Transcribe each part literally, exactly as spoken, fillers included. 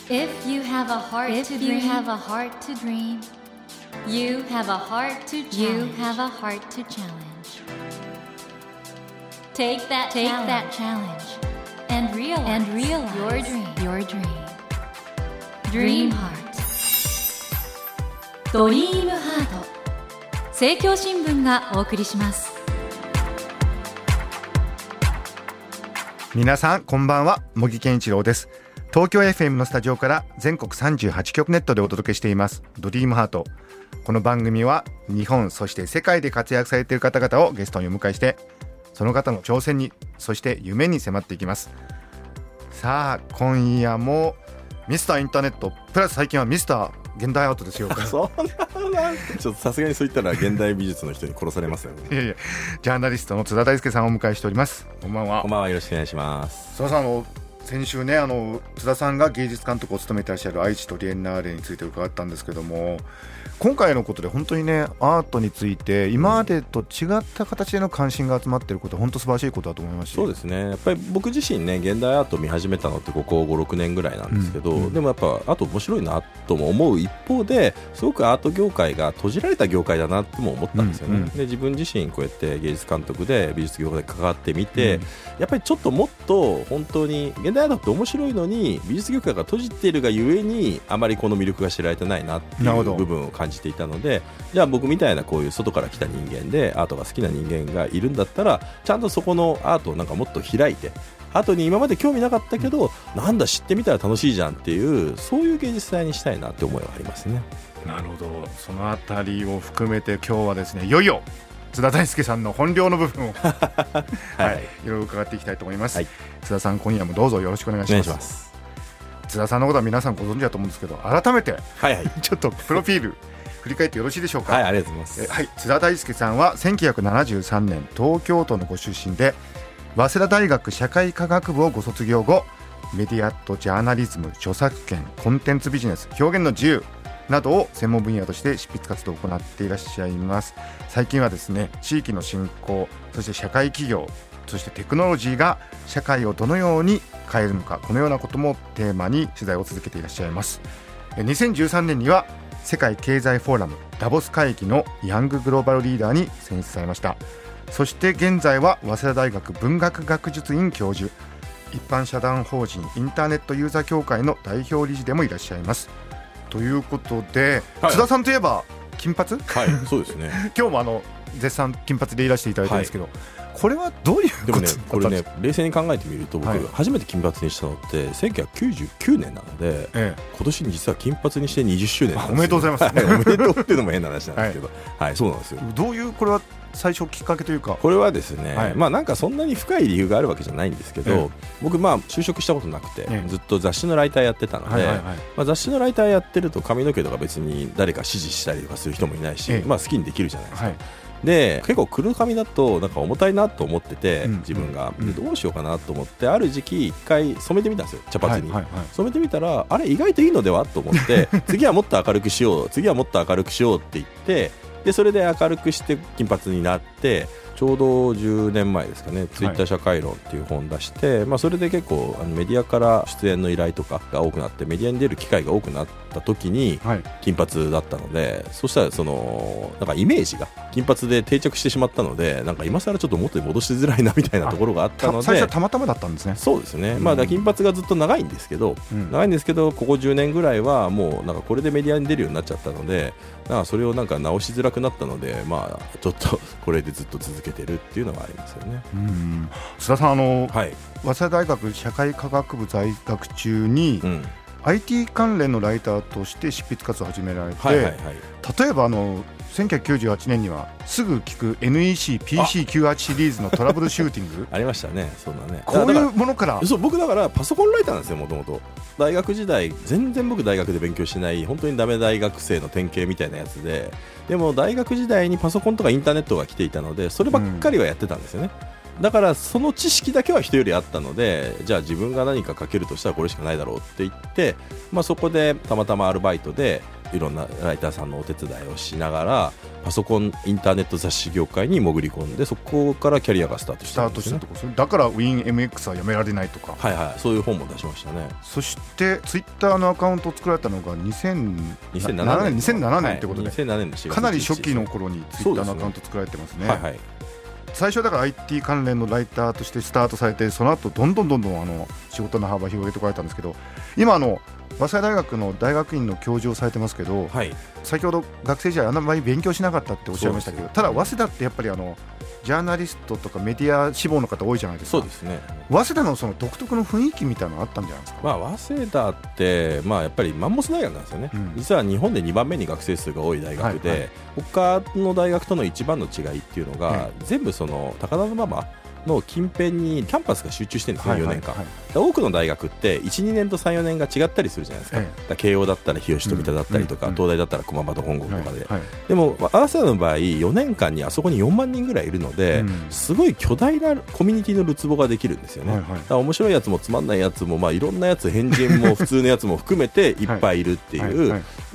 If you have a heart to dream, you have a heart to dream. You have a heart to challenge. You have a heart to challenge. Take that take challenge. that challenge and realize, and realize your dream. Your dream. Dream Heart. ドリームハート。政教新聞がお送りします。 皆さんこんばんは、茂木健一郎です。東京 エフエム のスタジオから全国さんじゅうはちきょくネットでお届けしていますドリームハート。この番組は日本そして世界で活躍されている方々をゲストにお迎えして、その方の挑戦にそして夢に迫っていきます。さあ今夜もミスターインターネットプラス最近はミスター現代アートですよ。 そんなちょっとさすがにそう言ったら現代美術の人に殺されますよね。 いやいや、ジャーナリストの津田大介さんをお迎えしております。こんばんは。 こんばんは、よろしくお願いします。 津田さん、あの先週ね、あの津田さんが芸術監督を務めていらっしゃる愛知トリエンナーレについて伺ったんですけども、今回のことで本当にねアートについて今までと違った形での関心が集まっていることは本当素晴らしいことだと思いますし、 そうですね、やっぱり僕自身ね現代アートを見始めたのってここごろくねんぐらいなんですけど、うんうん、でもやっぱアート面白いなとも思う一方ですごくアート業界が閉じられた業界だなとも思ったんですよね、うんうん、で自分自身こうやって芸術監督で美術業界で関わってみて、うん、やっぱりちょっともっと本当に現代アートって面白いのに美術業界が閉じているがゆえにあまりこの魅力が知られてないなっていう部分を感じていたので、じゃあ僕みたいなこういう外から来た人間でアートが好きな人間がいるんだったらちゃんとそこのアートをなんかもっと開いて、アートに今まで興味なかったけどなんだ知ってみたら楽しいじゃんっていうそういう芸術祭にしたいなって思いはありますね。 なるほど、そのあたりを含めて今日はですね、いよいよ津田大介さんの本領の部分をはい、はい、いろいろ伺っていきたいと思います、はい、津田さん今夜もどうぞよろしくお願いします。 お願いします。 津田さんのことは皆さんご存知だと思うんですけど、改めて、 はいはい、 ちょっとプロフィール振り返ってよろしいでしょうか。 はい、ありがとうございます。 え、はい、津田大介さんはせんきゅうひゃくななじゅうさんねん東京都のご出身で、早稲田大学社会科学部をご卒業後、メディアとジャーナリズム、著作権、コンテンツビジネス、表現の自由などを専門分野として執筆活動を行っていらっしゃいます。最近はですね、地域の振興、そして社会企業、そしてテクノロジーが社会をどのように変えるのか、このようなこともテーマに取材を続けていらっしゃいます。にせんじゅうさんねんには世界経済フォーラムダボス会議のヤンググローバルリーダーに選出されました。そして現在は早稲田大学文学学術院教授、一般社団法人インターネットユーザー協会の代表理事でもいらっしゃいます。ということで、はい、津田さんといえば金髪、 はい、そうですね今日もあの絶賛金髪でいらしていただいたんですけど、はい、これはどういうことでもね、これね冷静に考えてみると僕、はい、初めて金髪にしたのってせんきゅうひゃくきゅうじゅうきゅうねんなので、ええ、今年に実は金髪にしてにじゅっしゅうねんなんですよ。 おめでとうございます、 はい、おめでとうっていうのも変な話なんですけど、はいはい、そうなんですよ。 どういうこれは最初きっかけというか。 これはですね、はい、まあなんかそんなに深い理由があるわけじゃないんですけど、ええ、僕まあ就職したことなくて、ええ、ずっと雑誌のライターやってたので、はいはいはい、まあ、雑誌のライターやってると髪の毛とか別に誰か指示したりとかする人もいないし、ええ、まあ好きにできるじゃないですか、はい。で結構黒髪だとなんか重たいなと思ってて、うん、自分が、うん、でどうしようかなと思ってある時期一回染めてみたんですよ、茶髪に、はいはいはい、染めてみたらあれ意外といいのではと思って次はもっと明るくしよう次はもっと明るくしようって言って、でそれで明るくして金髪になって、ちょうどじゅうねんまえですかね、ツイッター社会論っていう本を出して、はい、まあ、それで結構あのメディアから出演の依頼とかが多くなってメディアに出る機会が多くなった時に金髪だったので、はい、そしたらそのなんかイメージが金髪で定着してしまったので、なんか今更ちょっと元に戻しづらいなみたいなところがあったので、 最初はたまたまだったんですね。 そうですね、まあ、だ金髪がずっと長いんですけど、うん、長いんですけどここじゅうねんぐらいはもうなんかこれでメディアに出るようになっちゃったので、なんかそれをなんか直しづらくなったので、まあ、ちょっとこれでずっと続けてるっていうのがありますよね。 うん、須田さん、あの、はい、早稲田大学社会科学部在学中に、うん、アイティー 関連のライターとして執筆活動を始められて、はいはいはい、例えばあのせんきゅうひゃくきゅうじゅうはちねんにはすぐ聞く エヌイーシーピーシーきゅうじゅうはち シリーズのトラブルシューティングありましたね。そうだね、 こういうものから。 そう、僕だからパソコンライターなんですよ、もともと。大学時代全然僕大学で勉強してない本当にダメ大学生の典型みたいなやつで、でも大学時代にパソコンとかインターネットが来ていたのでそればっかりはやってたんですよね、うん、だからその知識だけは人よりあったので、じゃあ自分が何か書けるとしたらこれしかないだろうって言って、まあ、そこでたまたまアルバイトでいろんなライターさんのお手伝いをしながらパソコンインターネット雑誌業界に潜り込んで、そこからキャリアがスタートしたんですね。 スタートしたとこ、だから ウィンエムエックス はやめられないとか、 はいはい、そういう本も出しましたね。 そしてツイッターのアカウントを作られたのがにせんななねんにせんななねんということで、はい、にせんななねんのしがつじゅういちにちかなり初期の頃にツイッターのアカウント作られてますね。はいはい、最初だから アイティー 関連のライターとしてスタートされて、その後どんどんどんどんあの仕事の幅を広げてこられたんですけど、今あの早稲田大学の大学院の教授をされてますけど、はい、先ほど学生時代あんまり勉強しなかったっておっしゃいましたけど、ただ早稲田ってやっぱりあのジャーナリストとかメディア志望の方多いじゃないですか。 そうですね。 早稲田のその独特の雰囲気みたいなのあったんじゃないですか。 まあ、早稲田って、まあ、やっぱりマンモス大学なんですよね、うん、実は日本でにばんめに学生数が多い大学で、はいはい、他の大学との一番の違いっていうのが、はい、全部その高田馬場の近辺にキャンパスが集中してるんですね、はいはいはい、よねんかん。多くの大学っていち、にねんとさん、よねんが違ったりするじゃないですか、はい、だ慶応だったら日吉と三田だったりとか、うん、東大だったら駒場と本郷とかで、はいはい、でも早稲田の場合よねんかんにあそこによんまんにんぐらいいるので、うん、すごい巨大なコミュニティのるつぼができるんですよね、はいはい、だから面白いやつもつまんないやつも、まあ、いろんなやつ変人も普通のやつも含めていっぱいいるっていう、はいはいはい、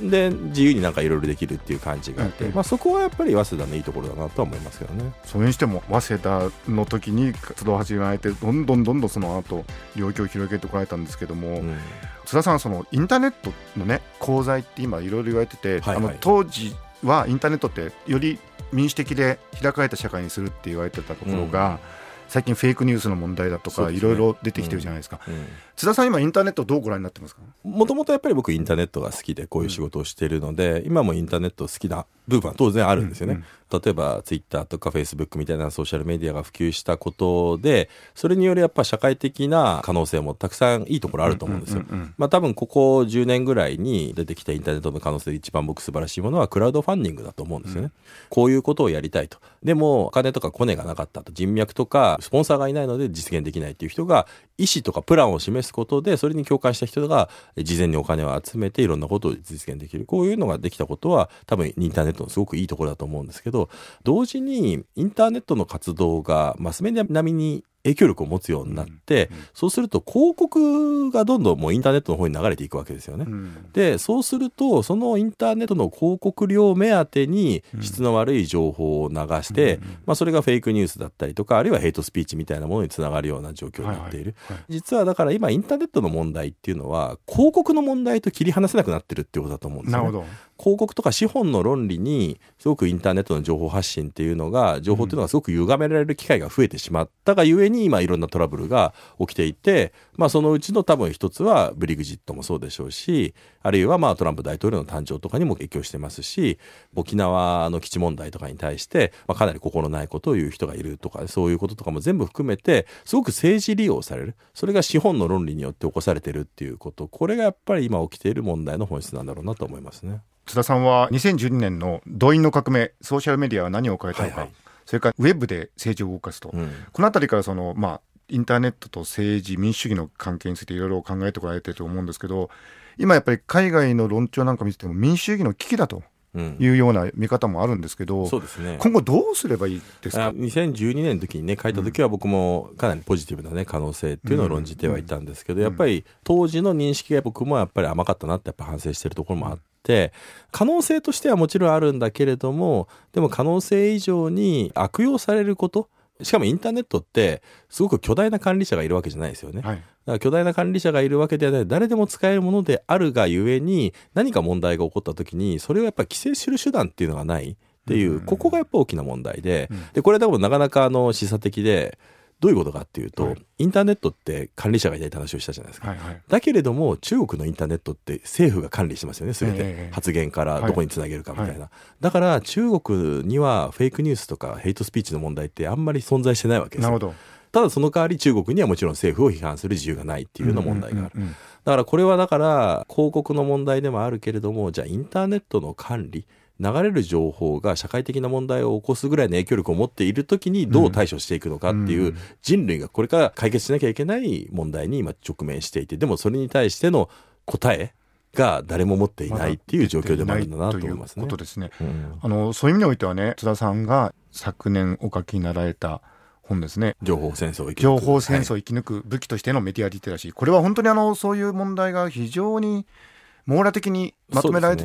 で自由になんかいろいろできるっていう感じがあって、はいはい、まあ、そこはやっぱり早稲田のいいところだなとは思いますけどね。 それにしても早稲田の時に活動を始められて、どんどんどんどんその後領域を広げてこられたんですけども、うん、津田さん、そのインターネットのね功罪って今いろいろ言われてて、はいはい、あの当時はインターネットってより民主的で開かれた社会にするって言われてたところが、うん、最近フェイクニュースの問題だとかいろいろ出てきてるじゃないですか、うんうん、津田さん今インターネットどうご覧になってますか。 もともとやっぱり僕インターネットが好きでこういう仕事をしているので、うん、今もインターネット好きな部分は当然あるんですよね、うんうん、例えばツイッターとかフェイスブックみたいなソーシャルメディアが普及したことで、それによるやっぱ社会的な可能性もたくさんいいところあると思うんですよ、うんうんうんうん、まあ、多分ここじゅうねんぐらいに出てきたインターネットの可能性で一番僕素晴らしいものはクラウドファンディングだと思うんですよね、うん、こういうことをやりたいと。でもお金とかコネがなかったと、人脈とかスポンサーがいないので実現できないっていう人が意思とかプランを示すことで、それに共感した人が事前にお金を集めていろんなことを実現できる、こういうのができたことは多分インターネットのすごくいいところだと思うんですけど、同時にインターネットの活動がマスメディア並みに影響力を持つようになって、うんうん、そうすると広告がどんどんもうインターネットの方に流れていくわけですよね、うん、でそうするとそのインターネットの広告料目当てに質の悪い情報を流して、うん、まあ、それがフェイクニュースだったりとか、あるいはヘイトスピーチみたいなものにつながるような状況になっている、はいはいはい、実はだから今インターネットの問題っていうのは広告の問題と切り離せなくなってるっていうことだと思うんですよね。なるほど。広告とか資本の論理にすごくインターネットの情報発信っていうのが情報っていうのがすごく歪められる機会が増えてしまったがゆえに今いろんなトラブルが起きていて、まあ、そのうちの多分一つはブリグジットもそうでしょうし、あるいはまあトランプ大統領の誕生とかにも影響してますし、沖縄の基地問題とかに対してまあかなり心ないことを言う人がいるとか、そういうこととかも全部含めてすごく政治利用される、それが資本の論理によって起こされてるっていうこと、これがやっぱり今起きている問題の本質なんだろうなと思いますね。 津田さんはにせんじゅうにねんの動員の革命、ソーシャルメディアは何を変えたのか、はいはい、それからウェブで政治を動かすと、うん、このあたりからその、まあ、インターネットと政治民主主義の関係についていろいろ考えてこられていると思うんですけど、今やっぱり海外の論調なんか見てても民主主義の危機だというような見方もあるんですけど、うん、そうですね、今後どうすればいいですか。 にせんじゅうにねんの時にね書いた時は僕もかなりポジティブな、ね、可能性っていうのを論じてはいたんですけど、やっぱり当時の認識が僕もやっぱり甘かったなってやっぱ反省しているところもあって、可能性としてはもちろんあるんだけれども、でも可能性以上に悪用されること、しかもインターネットってすごく巨大な管理者がいるわけじゃないですよね、はい、だから巨大な管理者がいるわけではない、誰でも使えるものであるがゆえに何か問題が起こった時にそれをやっぱり規制する手段っていうのがないっていう、ここがやっぱ大きな問題で、でこれでもなかなかあの示唆的で、どういうことかっていうと、はい、インターネットって管理者がいないって話をしたじゃないですか、はいはい、だけれども中国のインターネットって政府が管理してますよね、全て、えー、発言からどこにつなげるかみたいな、はいはい、だから中国にはフェイクニュースとかヘイトスピーチの問題ってあんまり存在してないわけですよ。なるほど。ただその代わり中国にはもちろん政府を批判する自由がないっていうような問題がある、うんうんうんうん、だからこれはだから広告の問題でもあるけれども、じゃあインターネットの管理、流れる情報が社会的な問題を起こすぐらいの影響力を持っているときにどう対処していくのかっていう、人類がこれから解決しなきゃいけない問題に今直面していて、でもそれに対しての答えが誰も持っていないっていう状況でもあるんだなと思いますね。 ということですね、うん、あのそういう意味においてはね、津田さんが昨年お書きになられた本ですね、 情報戦争を生き抜く、 情報戦争を生き抜く武器としてのメディアリテラシー、これは本当にあのそういう問題が非常に網羅的にまとめられてて、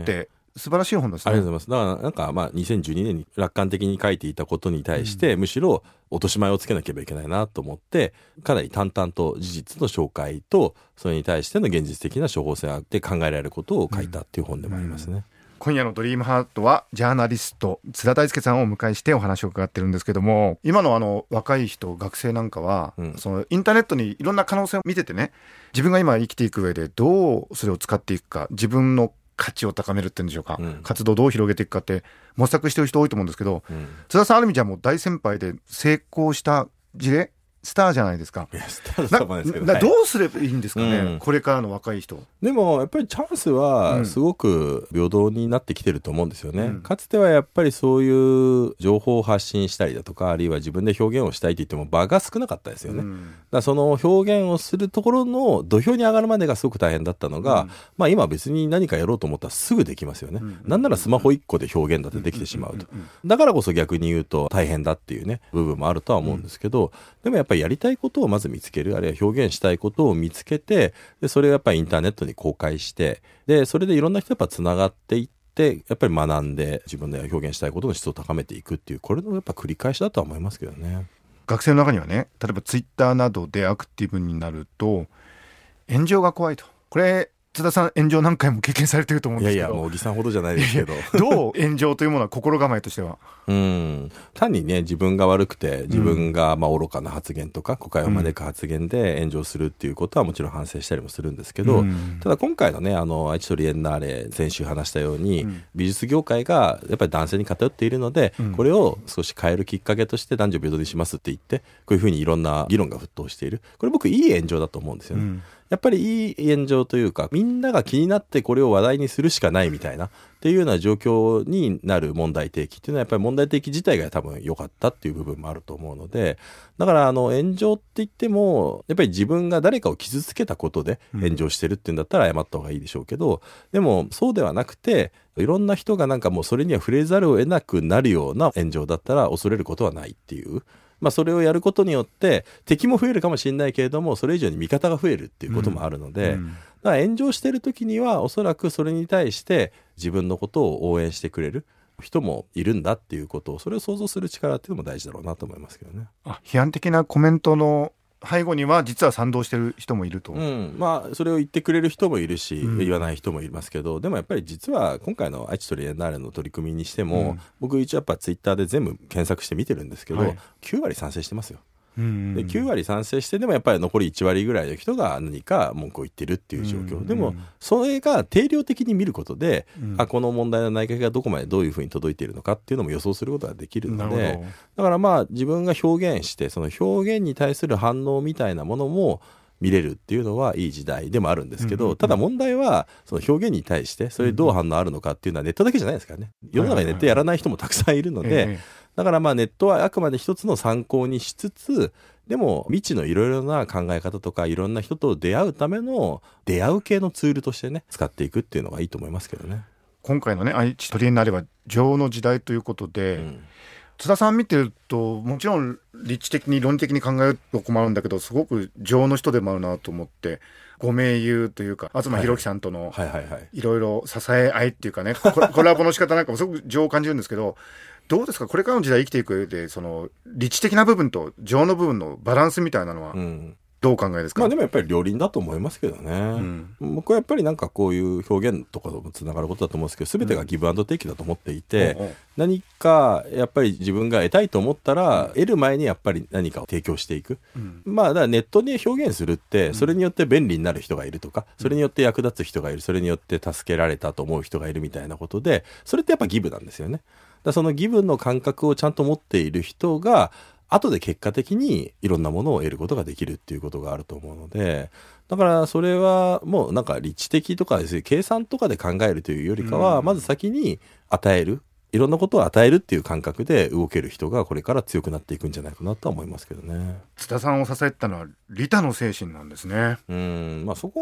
素晴らしい本ですね。 ありがとうございます。だからなんかまあにせんじゅうにねんに楽観的に書いていたことに対して、うん、むしろ落とし前をつけなければいけないなと思って、かなり淡々と事実の紹介とそれに対しての現実的な処方箋で考えられることを書いたっていう本でもありますね。うんうん、 今夜のドリームハートはジャーナリスト津田大介さんをお迎えしてお話を伺ってるんですけども、今のあの若い人学生なんかは、うん、そのインターネットにいろんな可能性を見ててね、自分が今生きていく上でどうそれを使っていくか、自分の価値を高めるっていうんでしょうか、うん、活動をどう広げていくかって模索してる人多いと思うんですけど、うん、津田さんある意味じゃもう大先輩で成功した事例スターじゃないですか。 いやスター様ですけど、 ななどうすればいいんですかね、うん、これからの若い人。 でもやっぱりチャンスはすごく平等になってきてると思うんですよね、うん、かつてはやっぱりそういう情報を発信したりだとか、あるいは自分で表現をしたいと言っても場が少なかったですよね、うん、だからその表現をするところの土俵に上がるまでがすごく大変だったのが、うん、まあ今別に何かやろうと思ったらすぐできますよね、うん、なんならスマホいっこで表現だってできてしまうと、だからこそ逆に言うと大変だっていうね部分もあるとは思うんですけど、うん、でもやっぱりやりたいことをまず見つける、あるいは表現したいことを見つけて、でそれをやっぱりインターネットに公開して、でそれでいろんな人やっぱつながっていって、やっぱり学んで自分で表現したいことの質を高めていくっていう、これのやっぱ繰り返しだとは思いますけどね。 学生の中にはね、例えばツイッターなどでアクティブになると炎上が怖いと、これ津田さん炎上何回も経験されてると思うんですけど。 いやいやもう小木さんほどじゃないですけどどう炎上というものは心構えとしては。 うん単にね自分が悪くて自分がまあ愚かな発言とか誤解を招く発言で炎上するっていうことはもちろん反省したりもするんですけど、うん、ただ今回のねあの愛知トリエンナーレ先週話したように、うん、美術業界がやっぱり男性に偏っているので、うん、これを少し変えるきっかけとして男女平等にしますって言って、こういうふうにいろんな議論が沸騰している、これ僕いい炎上だと思うんですよね、うん、やっぱりいい炎上というか、みんなが気になってこれを話題にするしかないみたいなっていうような状況になる問題提起っていうのは、やっぱり問題提起自体が多分良かったっていう部分もあると思うので、だからあの炎上って言ってもやっぱり自分が誰かを傷つけたことで炎上してるっていうんだったら謝った方がいいでしょうけど、うん、でもそうではなくて、いろんな人がなんかもうそれには触れざるを得なくなるような炎上だったら恐れることはないっていう、まあ、それをやることによって敵も増えるかもしれないけれども、それ以上に味方が増えるっていうこともあるので、うんうん、だから炎上してる時にはおそらくそれに対して自分のことを応援してくれる人もいるんだっていうことを、それを想像する力っていうのも大事だろうなと思いますけどね。 あ、批判的なコメントの背後には実は賛同してる人もいると、 うん、まあそれを言ってくれる人もいるし、うん、言わない人もいますけど、でもやっぱり実は今回の愛知トリエンナーレの取り組みにしても、うん、僕一応やっぱツイッターで全部検索して見てるんですけど、はい、きゅうわり賛成してますよ。できゅうわり賛成して、でもやっぱり残りいちわりぐらいの人が何か文句を言ってるっていう状況、うん、でもそれが定量的に見ることで、うん、あこの問題の内閣がどこまでどういうふうに届いているのかっていうのも予想することができるので、だからまあ自分が表現して、その表現に対する反応みたいなものも見れるっていうのはいい時代でもあるんですけど、うんうんうん、ただ問題はその表現に対してそれどう反応あるのかっていうのはネットだけじゃないですからね。世の中にネットやらない人もたくさんいるので、はいはいはい、だからまあネットはあくまで一つの参考にしつつ、でも未知のいろいろな考え方とかいろんな人と出会うための出会う系のツールとしてね使っていくっていうのがいいと思いますけどね。 今回のね愛知トリエンナーレは情の時代ということで、うん、津田さん見てるともちろん立地的に論理的に考えるとこもあるんだけど、すごく情の人でもあるなと思って、ご盟友というか東博樹さんとのいろいろ支え合いっていうかね、コラボの仕方なんかもすごく情を感じるんですけど、どうですかこれからの時代生きていく上で、その立地的な部分と情の部分のバランスみたいなのはどうお考えですか？ まあ、でもやっぱり両輪だと思いますけどね、うん、僕はやっぱりなんかこういう表現とかともつながることだと思うんですけど、全てがギブアンドテイクだと思っていて、うん、何かやっぱり自分が得たいと思ったら、うん、得る前にやっぱり何かを提供していく、うん、まあだからネットに表現するってそれによって便利になる人がいるとか、それによって役立つ人がいる、それによって助けられたと思う人がいるみたいなことで、それってやっぱギブなんですよね。だそのギブの感覚をちゃんと持っている人が後で結果的にいろんなものを得ることができるっていうことがあると思うので、だからそれはもうなんか立地的とかですね、計算とかで考えるというよりかは、まず先に与える、いろんなことを与えるっていう感覚で動ける人がこれから強くなっていくんじゃないかなとは思いますけどね。 津田さんを支えたのは利他の精神なんですね。 うん、まあ、そこ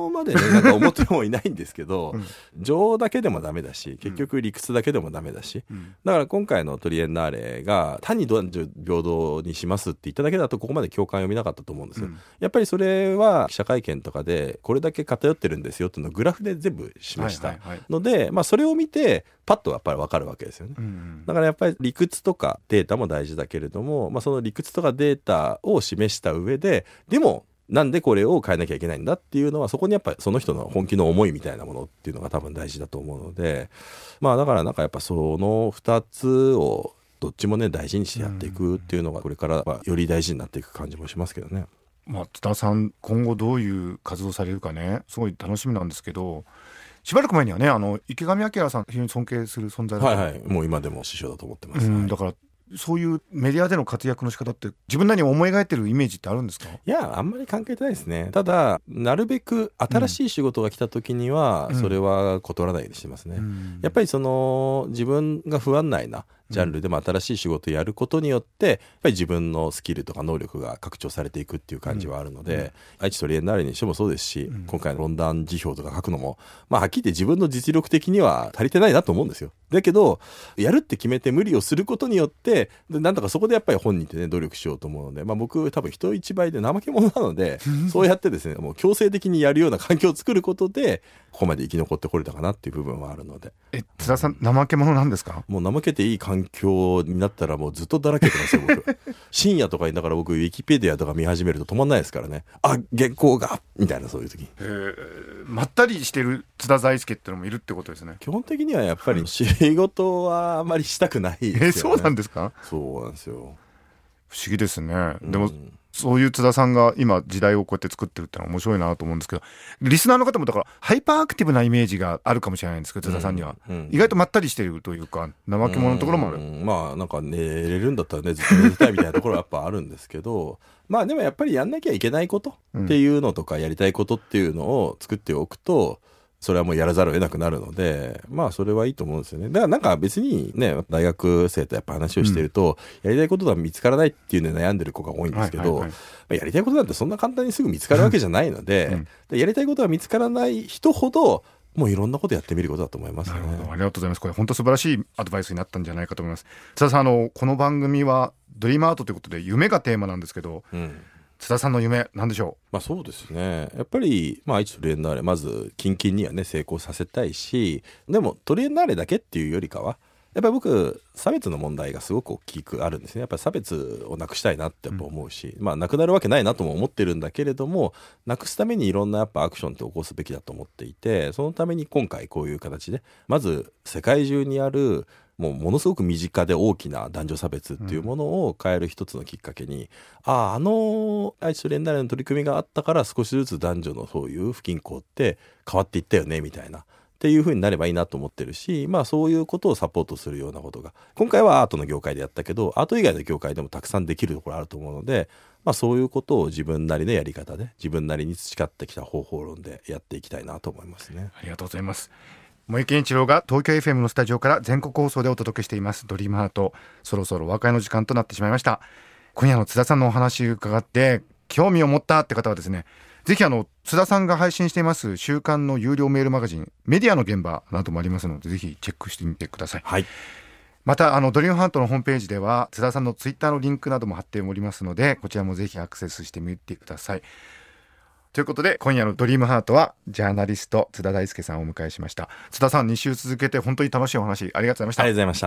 こまでねなんか思ってもいないんですけど、うん、情だけでもダメだし結局理屈だけでもダメだし、うん、だから今回のトリエンナーレが単に男女平等にしますって言っただけだとここまで共感を読みなかったと思うんですよ、うん、やっぱりそれは記者会見とかでこれだけ偏ってるんですよっていうのをグラフで全部示したので、はいはいはい、まあ、それを見てパッとやっぱり分かるわけですよね、うんうん、だからやっぱり理屈とかデータも大事だけれども、まあ、その理屈とかデータを示した上ででもなんでこれを変えなきゃいけないんだっていうのはそこにやっぱりその人の本気の思いみたいなものっていうのが多分大事だと思うので、まあだからなんかやっぱそのふたつをどっちもね大事にしてやっていくっていうのがこれからはより大事になっていく感じもしますけどね。 まあ、津田さん今後どういう活動されるかねすごい楽しみなんですけど、しばらく前にはねあの池上彰さん非常に尊敬する存在だはいはいもう今でも師匠だと思ってます、 うん、だからそういうメディアでの活躍の仕方って自分なりに思い描いてるイメージってあるんですか？ いやあんまり関係ないですね。ただなるべく新しい仕事が来た時には、うん、それは断らないようにしてますね、うん、やっぱりその自分が不安内なジャンルでも新しい仕事をやることによってやっぱり自分のスキルとか能力が拡張されていくっていう感じはあるので、うんうん、愛知トリエンナーレにしてもそうですし、うん、今回のロンダン辞表とか書くのも、まあ、はっきり言って自分の実力的には足りてないなと思うんですよ。だけどやるって決めて無理をすることによってなんとかそこでやっぱり本人ってね努力しようと思うので、まあ、僕多分人一倍で怠け者なのでそうやってですねもう強制的にやるような環境を作ることでここまで生き残ってこれたかなっていう部分はあるので。 え津田さん怠け者なんですか？ もう怠けていい環境になったらもうずっとだらけてますよ僕深夜とかにだから僕ウィキペディアとか見始めると止まんないですからね。あ原稿がみたいなそういう時へーまったりしてる津田大介ってのもいるってことですね。 基本的にはやっぱり仕事はあまりしたくないですよね。 えそうなんですか？ そうなんですよ。 不思議ですね。でも、うん、そういう津田さんが今時代をこうやって作ってるってのは面白いなと思うんですけどリスナーの方もだからハイパーアクティブなイメージがあるかもしれないんですけど津田さんには、うんうん、意外とまったりしてるというか怠け者のところもある、うん、 まあなんか寝れるんだったらねずっと寝てたいみたいなところはやっぱあるんですけどまあでもやっぱりやんなきゃいけないことっていうのとか、やりたいことっていうのを作っておくとそれはもうやらざるを得なくなるのでまあそれはいいと思うんですよね。だからなんか別にね大学生とやっぱ話をしてると、うん、やりたいことが見つからないっていうので悩んでる子が多いんですけど、はいはいはいまあ、やりたいことなんてそんな簡単にすぐ見つかるわけじゃないので、うん、でやりたいことが見つからない人ほどもういろんなことやってみることだと思いますね。 なるほどありがとうございます。これ本当素晴らしいアドバイスになったんじゃないかと思います。津田さんあのこの番組はドリームアートということで夢がテーマなんですけど、うん津田さんの夢なんでしょう？ まあそうですねやっぱり、まあ、愛知トリエンナーレまず近々にはね成功させたいしでもトリエンナーレだけっていうよりかはやっぱり僕差別の問題がすごく大きくあるんですね。やっぱり差別をなくしたいなってやっぱ思うし、うん、まあなくなるわけないなとも思ってるんだけれどもなくすためにいろんなやっぱアクションって起こすべきだと思っていてそのために今回こういう形でまず世界中にあるもうものすごく身近で大きな男女差別っていうものを変える一つのきっかけに、うん、あああの愛知トリエンナーレの取り組みがあったから少しずつ男女のそういう不均衡って変わっていったよねみたいなっていう風になればいいなと思ってるしまあそういうことをサポートするようなことが今回はアートの業界でやったけどアート以外の業界でもたくさんできるところあると思うのでまあそういうことを自分なりのやり方で自分なりに培ってきた方法論でやっていきたいなと思いますね。 ありがとうございます。萌健一郎が東京 エフエム のスタジオから全国放送でお届けしていますドリームハートそろそろお別れの時間となってしまいました。今夜の津田さんのお話を伺って興味を持ったって方はですねぜひあの津田さんが配信しています週刊の有料メールマガジンメディアの現場などもありますのでぜひチェックしてみてください、 はい、 またあのドリームハートのホームページでは津田さんのツイッターのリンクなども貼っておりますのでこちらもぜひアクセスしてみてください。ということで今夜のドリームハートはジャーナリスト津田大介さんをお迎えしました。津田さんに週続けて本当に楽しいお話ありがとうございました。 ありがとうございました。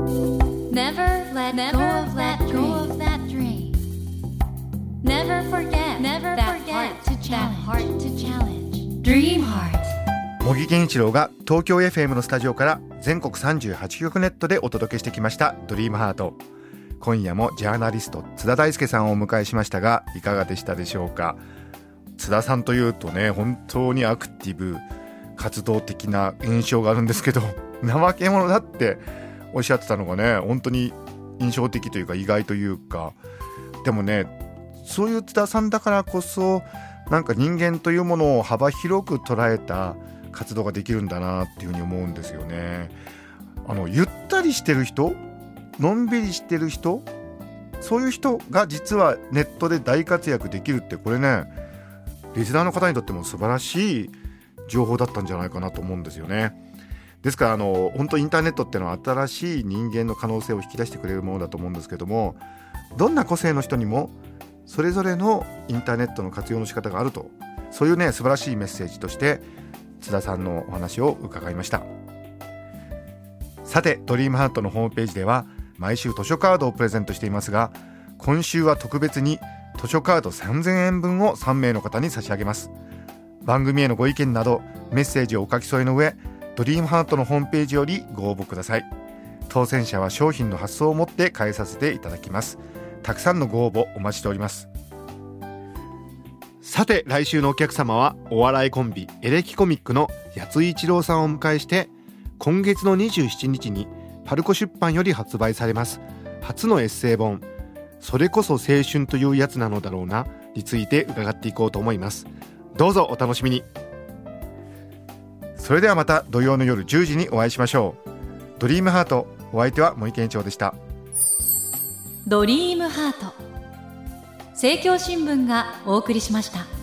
Never let go of that dream. Never forget that heart to challenge. Dream Heart 茂木健一郎が東京 エフエム のスタジオから全国さんじゅうはちきょくネットでお届けしてきましたドリームハート。今夜もジャーナリスト津田大介さんをお迎えしましたがいかがでしたでしょうか。津田さんというとね本当にアクティブ活動的な印象があるんですけど怠け者だっておっしゃってたのがね本当に印象的というか意外というかでもねそういう津田さんだからこそなんか人間というものを幅広く捉えた活動ができるんだなっていうふうに思うんですよね。あのゆったりしてる人のんびりしてる人そういう人が実はネットで大活躍できるってこれねリスナーの方にとっても素晴らしい情報だったんじゃないかなと思うんですよね。ですからあの本当インターネットってのは新しい人間の可能性を引き出してくれるものだと思うんですけども、どんな個性の人にもそれぞれのインターネットの活用の仕方があると、そういうね素晴らしいメッセージとして津田さんのお話を伺いました。さてドリームハートのホームページでは毎週図書カードをプレゼントしていますが、今週は特別に図書カードさんぜんえんぶんをさんめいの方に差し上げます。番組へのご意見などメッセージをお書き添えの上、ドリームハートのホームページよりご応募ください。当選者は商品の発送をもって返させていただきます。たくさんのご応募お待ちしております。さて来週のお客様はお笑いコンビエレキコミックの八井一郎さんをお迎えして、今月のにじゅうしちにちにパルコ出版より発売されます初のエッセイ本、それこそ青春というやつなのだろうなについて伺っていこうと思います。どうぞお楽しみに。それではまた土曜の夜じゅうじにお会いしましょう。ドリームハート、お相手は森健一郎でした。 ドリームハート、政教新聞がお送りしました。